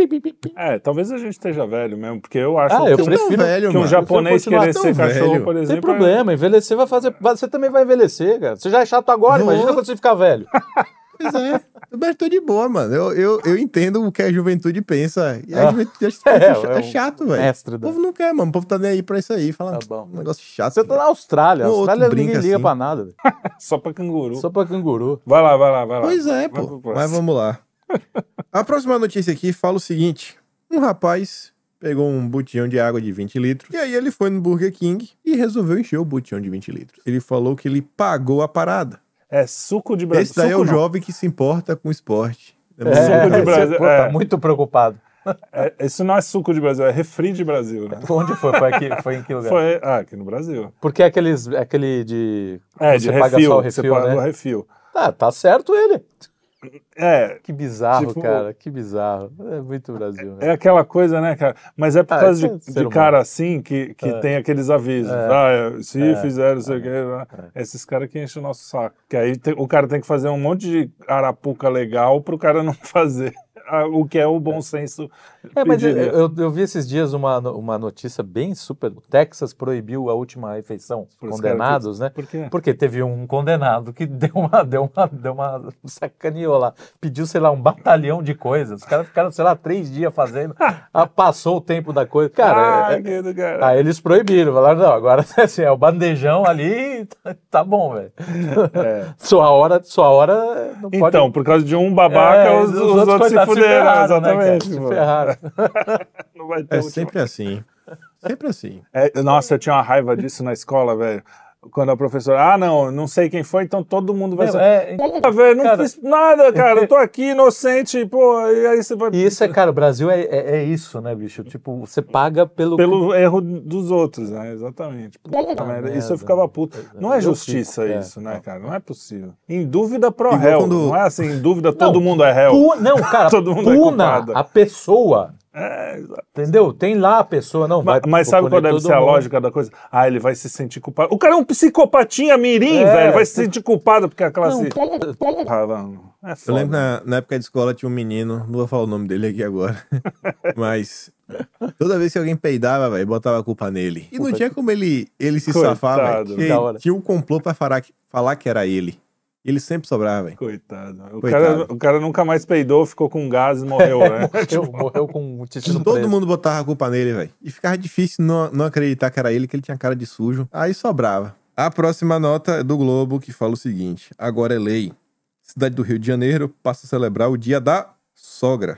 Talvez a gente esteja velho mesmo, porque eu acho eu prefiro que um japonês querer ser cachorro, por exemplo... Não tem problema, envelhecer vai fazer... Você também vai envelhecer, cara. Você já é chato agora, imagina quando você ficar velho. Pois é, eu estou de boa, mano. Eu entendo o que a juventude pensa. E a juventude é chato, velho. O povo não quer, mano. O povo tá nem aí pra isso aí. Fala um negócio chato. Você tá na Austrália. A Austrália ninguém liga pra nada, velho. Só pra canguru. Vai lá. Pois é, pô. Mas vamos lá. A próxima notícia aqui fala o seguinte. Um rapaz pegou um botijão de água de 20 litros e aí ele foi no Burger King e resolveu encher o botijão de 20 litros. Ele falou que ele pagou a parada. É suco de Brasil. Esse daí é o jovem que se importa com o esporte. Suco de Brasil. Tá muito preocupado. Isso não é suco de Brasil, é refri de Brasil, né? Onde foi? Foi em que lugar? Foi aqui no Brasil. Porque é aquele de... de refil, paga só o refil, você paga o refil. Tá certo ele. Que bizarro, tipo, cara, que bizarro. É muito Brasil, né? É aquela coisa, né, cara? Mas é por causa de cara assim que tem aqueles avisos. Se fizer, não sei o que. Esses caras que enchem o nosso saco. Que aí o cara tem que fazer um monte de arapuca legal pro cara não fazer. O que é o bom senso. Mas eu vi esses dias uma notícia bem super. O Texas proibiu a última refeição. Condenados, né? Por quê? Porque teve um condenado que deu uma sacaneou lá. Pediu, sei lá, um batalhão de coisas. Os caras ficaram, sei lá, 3 dias fazendo. Passou o tempo da coisa. Cara, aí eles proibiram. Falaram, não, agora assim, é o bandejão ali, tá bom, velho. Sua hora não pode... Então, por causa de um babaca, os outros se fuderam, exatamente. Né, se ferraram. Não vai ter sempre assim. Sempre assim. Nossa, eu tinha uma raiva disso na escola, velho. Quando a professora, não sei quem foi, então todo mundo vai ser. Velho, não fiz nada, cara, eu tô aqui inocente, pô, e aí você vai... E isso cara, o Brasil é isso, né, bicho? Tipo, você paga pelo erro dos outros, né, exatamente. Isso eu ficava puto. Não é justiça isso, né, cara, não é possível. Em dúvida pro réu, não é assim, em dúvida todo mundo é réu. Não, cara, todo mundo puna a pessoa. Entendeu? Tem lá a pessoa, não vai. Mas sabe qual deve ser a lógica da coisa? Ele vai se sentir culpado. O cara é um psicopatinha mirim, velho. Vai se sentir culpado porque a classe. Eu lembro na época de escola tinha um menino, não vou falar o nome dele aqui agora, mas toda vez que alguém peidava, velho, botava a culpa nele. E não tinha como ele se safar, velho. Tinha um complô pra falar que era ele. Ele sempre sobrava, velho. Coitado. O cara nunca mais peidou, ficou com gás e morreu, né? Morreu com um intestino Todo preso. mundo botava a culpa nele, velho. E ficava difícil não acreditar que era ele, que ele tinha cara de sujo. Aí sobrava. A próxima nota é do Globo, que fala o seguinte. Agora é lei. Cidade do Rio de Janeiro passa a celebrar o Dia da Sogra.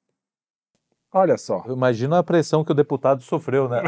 Olha só. Eu imagino a pressão que o deputado sofreu, né?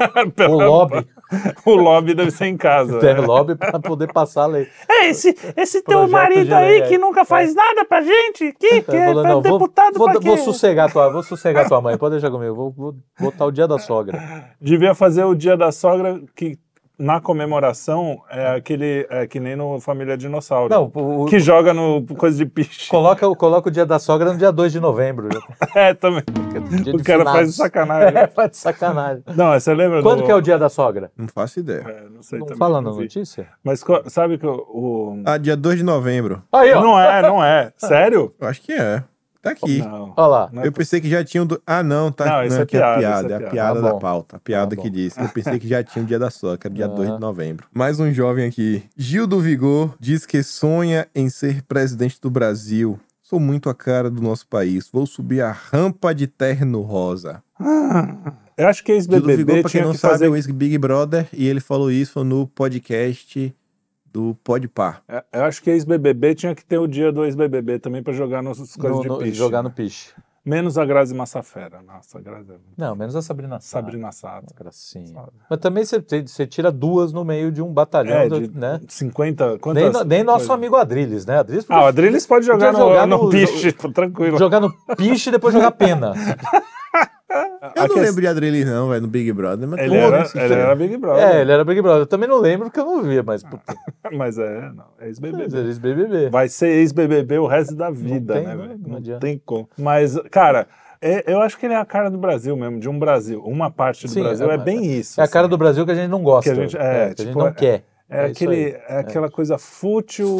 O lobby deve ser em casa. Tem lobby para poder passar a lei. Esse teu marido aí que nunca faz nada pra gente, que é deputado pra quê? Vou sossegar tua mãe, pode deixar comigo. Vou botar o Dia da Sogra. Devia fazer o Dia da Sogra que... Na comemoração, que nem no Família Dinossauro. Não, que joga no coisa de piche. Coloca o Dia da Sogra no dia 2 de novembro. Também. O cara faz de sacanagem. Faz de sacanagem. Não, você lembra? Quando que é o Dia da Sogra? Não faço ideia. Não sei não também. Fala na notícia? Mas sabe que o... dia 2 de novembro. Aí, ó. Não é. Sério? Eu acho que é. Tá aqui. Olha lá. Eu pensei que já tinha não, tá. Não, isso é piada. É a piada da pauta. A piada que disse. Eu pensei que já tinha o Dia da Sogra, que era dia 2 de novembro. Mais um jovem aqui. Gil do Vigor diz que sonha em ser presidente do Brasil. Sou muito a cara do nosso país. Vou subir a rampa de terno rosa. Eu acho que ex-BBB Gil do Vigor, pra quem não que sabe, fazer... é o ex-Big Brother. E ele falou isso no podcast do Podpah. Eu acho que ex-BBB tinha que ter o dia do ex-BBB também pra jogar nas coisas de piche. Jogar no piche. Menos a Grazi Massafera. Nossa, a Grazi... Não, menos a Sabrina Sato. Sabrina Sato. Gracinha. Mas também você tira 2 no meio de um batalhão, né? 50... Nem nosso amigo Adrilles, né? O Adrilles pode jogar no piche, tranquilo. Jogar no piche e depois jogar pena. Eu não lembro de Adrilles não, velho, no Big Brother. Mas ele era Big Brother. Ele era Big Brother. Eu também não lembro porque eu não via, mas... Mas é ex-BBB. Ex-BBB. Vai ser ex-BBB o resto da vida, né, velho? Não tem como. Mas, cara... Eu acho que ele é a cara do Brasil mesmo, de um Brasil. Uma parte do Brasil é bem isso. É a cara do Brasil que a gente não gosta. Que a gente, que a gente não quer. Aquela coisa fútil,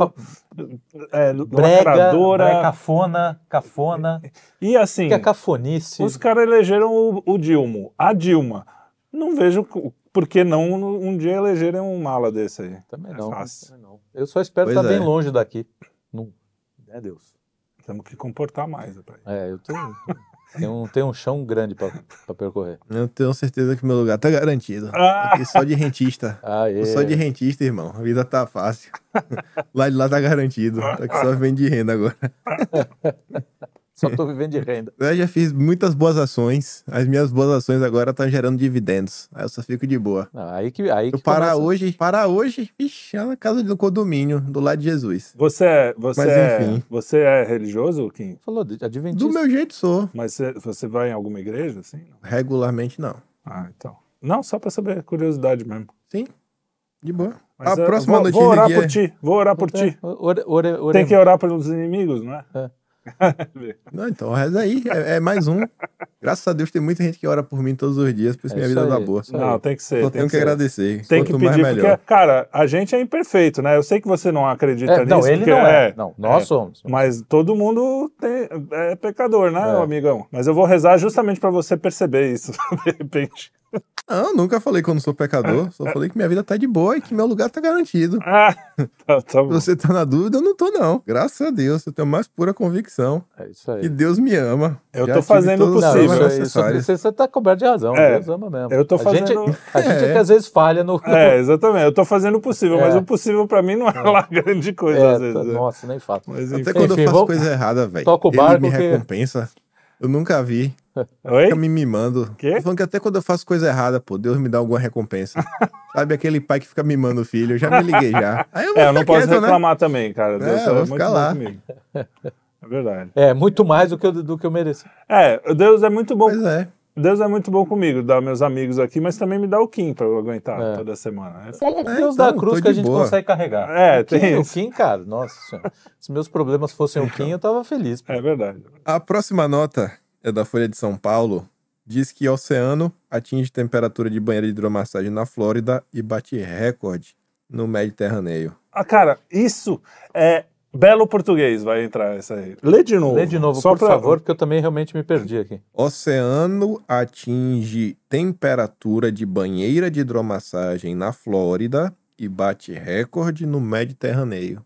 brega, cafona. E assim, que é cafonice. Os caras elegeram o Dilma. A Dilma. Não vejo por que não um dia elegerem um mala desse aí. Também não. Eu só espero estar bem longe daqui. Não. É Deus. Temos que comportar mais. Eu tenho um chão grande para percorrer. Eu tenho certeza que meu lugar tá garantido. Aqui só de rentista. Só de rentista, irmão. A vida tá fácil. Lá de lá tá garantido. Aqui só vem de renda agora. Só tô vivendo de renda. Eu já fiz muitas boas ações. As minhas boas ações agora estão gerando dividendos. Aí eu só fico de boa. Aí que parar hoje, vixe, é na casa do condomínio, do lado de Jesus. Você é religioso, Kim? Falou, adventista. Do meu jeito sou. Mas você vai em alguma igreja, assim? Regularmente, não. Ah, então. Não, só pra saber, curiosidade mesmo. Sim, de boa. Mas a próxima notícia vou orar aqui por ti, vou orar por ti. Tem que orar pelos inimigos, não é? Não, então reza aí, é mais um. Graças a Deus tem muita gente que ora por mim todos os dias, por isso minha vida dá boa. Não, tem que ser. Só tenho que agradecer. Tem que pedir, porque, cara, a gente é imperfeito, né? Eu sei que você não acredita nisso. Não, ele não é. Não, nós somos. Mas todo mundo é pecador, né, amigão? Mas eu vou rezar justamente pra você perceber isso, de repente. Não, nunca falei que eu não sou pecador. Só falei que minha vida tá de boa e que meu lugar tá garantido. Tá bom. Você tá na dúvida, eu não tô, não. Graças a Deus, eu tenho mais pura convicção. É isso aí. Que Deus me ama. Eu tô fazendo o possível. Você tá coberto de razão. Deus ama mesmo. Eu tô fazendo... A gente é que às vezes falha no... exatamente. Eu tô fazendo o possível, mas o possível pra mim não é lá grande coisa, às vezes. Nossa, nem fato. Mas, até quando eu faço coisa errada, velho, toca o barco ele me recompensa. Eu nunca vi. Oi? Fica me mimando. Quê? Tô falando que até quando eu faço coisa errada, pô, Deus me dá alguma recompensa. Sabe aquele pai que fica mimando o filho? Eu já me liguei já. Aí eu não posso reclamar também, cara. Deus eu vou ficar lá. Comigo. É verdade. Muito mais do que eu mereço. Deus é muito bom. Pois é. Deus é muito bom comigo, dá meus amigos aqui, mas também me dá o Kim pra eu aguentar toda semana. Deus dá a cruz que a gente consegue carregar. Tem isso. O Kim, cara, nossa senhora. Se meus problemas fossem o Kim, eu tava feliz. É verdade. A próxima nota é da Folha de São Paulo. Diz que oceano atinge temperatura de banheira de hidromassagem na Flórida e bate recorde no Mediterrâneo. Cara, isso é belo português, vai entrar essa aí. Lê de novo. Por favor, porque eu também realmente me perdi aqui. Oceano atinge temperatura de banheira de hidromassagem na Flórida e bate recorde no Mediterrâneo.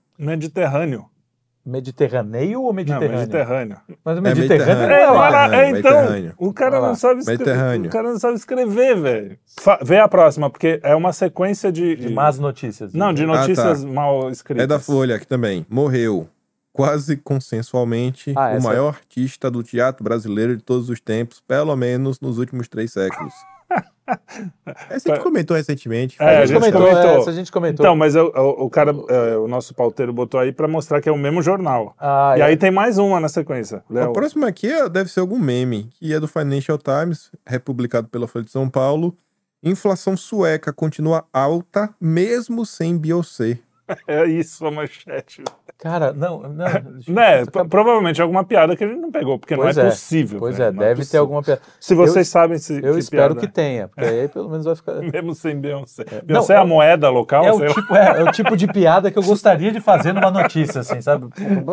Mediterrâneo ou Mediterrâneo? Não, Mediterrâneo. Mas o Mediterrâneo Mediterrâneo. O cara não sabe escrever. O cara não sabe escrever, velho. Vê a próxima, porque é uma sequência de más notícias. Não, de notícias mal escritas. É da Folha aqui também. Morreu quase consensualmente o maior artista do teatro brasileiro de todos os tempos, pelo menos nos últimos 3 séculos. Essa a gente comentou recentemente. A gente comentou. Então, mas o cara, o nosso pauteiro botou aí pra mostrar que é o mesmo jornal. Aí tem mais uma na sequência. A próxima aqui deve ser algum meme, que é do Financial Times, republicado pela Folha de São Paulo. Inflação sueca continua alta, mesmo sem Beyoncé. É isso, a manchete. Cara, não. Provavelmente alguma piada que a gente não pegou, porque não é possível. Deve ter alguma piada. Se vocês sabem se. Eu espero que tenha, porque aí pelo menos vai ficar. Mesmo sem Beyoncé. Beyoncé é a moeda local? É o tipo de piada que eu gostaria de fazer numa notícia, assim, sabe?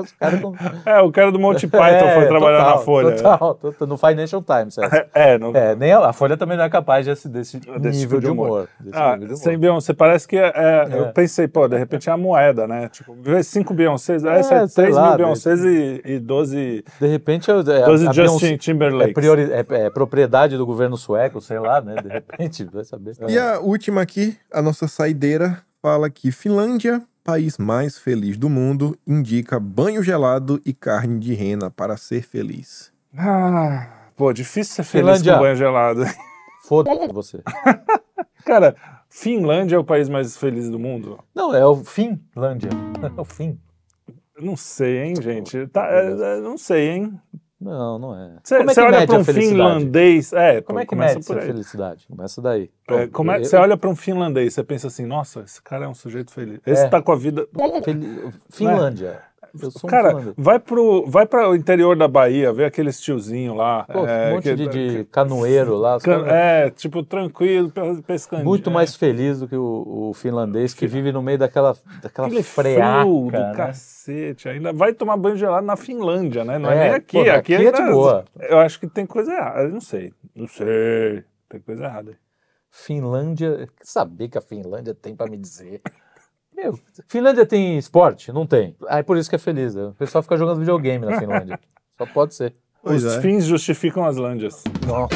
O cara do Monty Python foi trabalhar na Folha. Total, no Financial Times. Nem a Folha também não é capaz desse nível de humor. Sem Beyoncé, parece que eu pensei, de repente é a moeda, né? Tipo, 5 Beyoncés, 3 mil Beyoncés e 12... De repente, 12 Justin Timberlake. É propriedade do governo sueco, sei lá, né? De repente, vai saber. E a última aqui, a nossa saideira, fala que Finlândia, país mais feliz do mundo, indica banho gelado e carne de rena para ser feliz. Difícil ser feliz com banho gelado. Foda-se você. Cara... Finlândia é o país mais feliz do mundo? Não, é o Finlândia. É o fim. Não sei, hein, gente? Não sei, hein? Não é. Você olha para um finlandês... Como é que mede a felicidade? Começa daí. Você olha para um finlandês, você pensa assim, nossa, esse cara é um sujeito feliz. Esse tá com a vida... Finlândia. Cara, vai para o interior da Bahia, vê aqueles tiozinhos lá. Um monte de canoeiro lá. Tipo, tranquilo, pescando. Muito mais feliz do que o finlandês que vive no meio daquela freaca. Frio do cacete. Ainda vai tomar banho gelado na Finlândia, né? Não é nem aqui. Aqui é de boa. Eu acho que tem coisa errada. Eu não sei. Tem coisa errada. Finlândia... Saber que a Finlândia tem para me dizer... Finlândia tem esporte? Não tem. É por isso que é feliz. O pessoal fica jogando videogame na Finlândia. Só pode ser. Os fins justificam as lândias. Nossa.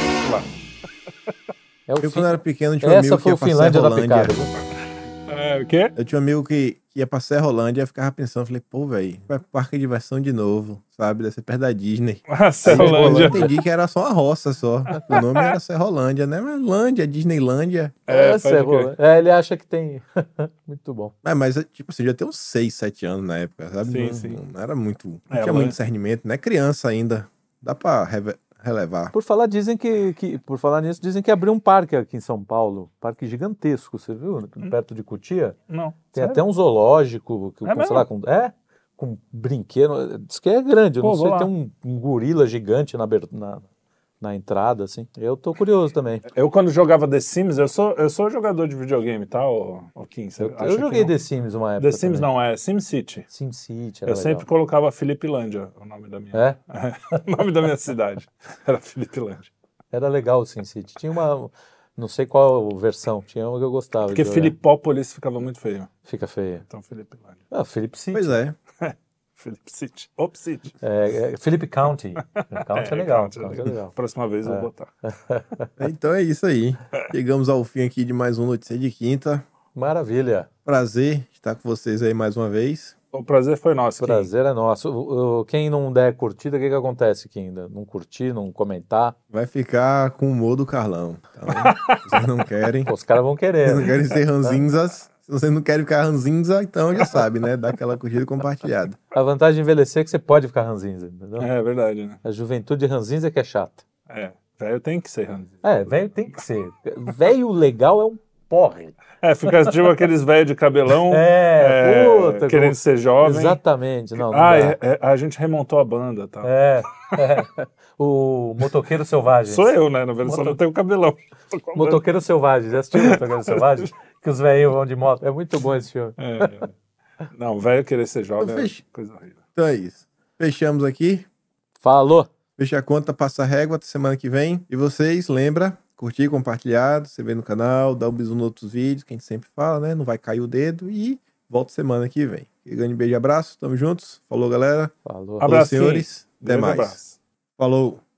Eu, quando era pequeno, tinha um amigo que ia pra Serrolândia. O quê? Eu tinha um amigo que que ia pra Serrolândia, eu ficava pensando, falei, pô, velho, vai pro parque de diversão de novo, sabe? Deve ser perto da Disney. Serrolândia. Eu entendi que era só uma roça só. O nome era Serrolândia, né? Mas Lândia, Disneylândia. Serrolândia. Ele acha que tem. Muito bom. Mas, tipo assim, já tem uns 6, 7 anos na época, sabe? Sim, não era muito. Não tinha muito discernimento, né? Criança ainda. Dá pra relevar. Por falar nisso, dizem que abriu um parque aqui em São Paulo, parque gigantesco, você viu? Perto de Cotia. Não. Tem até um zoológico, sei lá, com brinquedo. Diz que é grande, eu não sei, tem um gorila gigante na entrada, assim. Eu tô curioso também. Eu, quando jogava The Sims, eu sou jogador de videogame, tá, o Kim? Eu joguei The Sims uma época. The Sims também. Não, é SimCity. SimCity, era Eu sempre colocava Filipilândia, o nome da minha... o nome da minha cidade. Era Filipilândia. Era legal o SimCity. Tinha uma... Não sei qual versão, tinha uma que eu gostava. Porque Filipópolis ficava muito feio. Fica feia. Então, Filipilândia. Philip City. Pois é. Philip City. Op City. Philip County. County é legal. County é legal. Próxima vez eu vou botar. Então é isso aí. Chegamos ao fim aqui de mais um Notícia de Quinta. Maravilha. Prazer estar com vocês aí mais uma vez. O prazer foi nosso. O prazer é nosso. Quem não der curtida, o que acontece aqui ainda? Não curtir, não comentar? Vai ficar com o humor do Carlão. Então, vocês não querem. Os caras vão querer. Vocês não querem ser ranzinzas. Se vocês não querem ficar ranzinza, então já sabe, né? Dá aquela curtida compartilhada. A vantagem de envelhecer é que você pode ficar ranzinza, entendeu? É verdade, né? A juventude ranzinza é que é chata. Velho tem que ser ranzinza. Velho tem que ser. Velho legal é um porre. Fica tipo aqueles velhos de cabelão puta, querendo ser jovem. Exatamente. Não a gente remontou a banda, tá? O Motoqueiro Selvagem. Sou eu, né? Na verdade, só não tenho cabelão. Motoqueiro Selvagem. Já assistiu o Motoqueiro Selvagem? Que os velhos vão de moto. É muito bom esse filme. Não, velho querer ser jovem é coisa horrível. Então é isso. Fechamos aqui. Falou. Fecha a conta, passa a régua até semana que vem. E vocês, lembra? Curtir, compartilhar, se inscrever no canal, dar um bisu nos outros vídeos, que a gente sempre fala, né? Não vai cair o dedo e volta semana que vem. Grande beijo e abraço, tamo juntos. Falou, galera. Falou. Falou, senhores. Até mais. Abraço. Falou.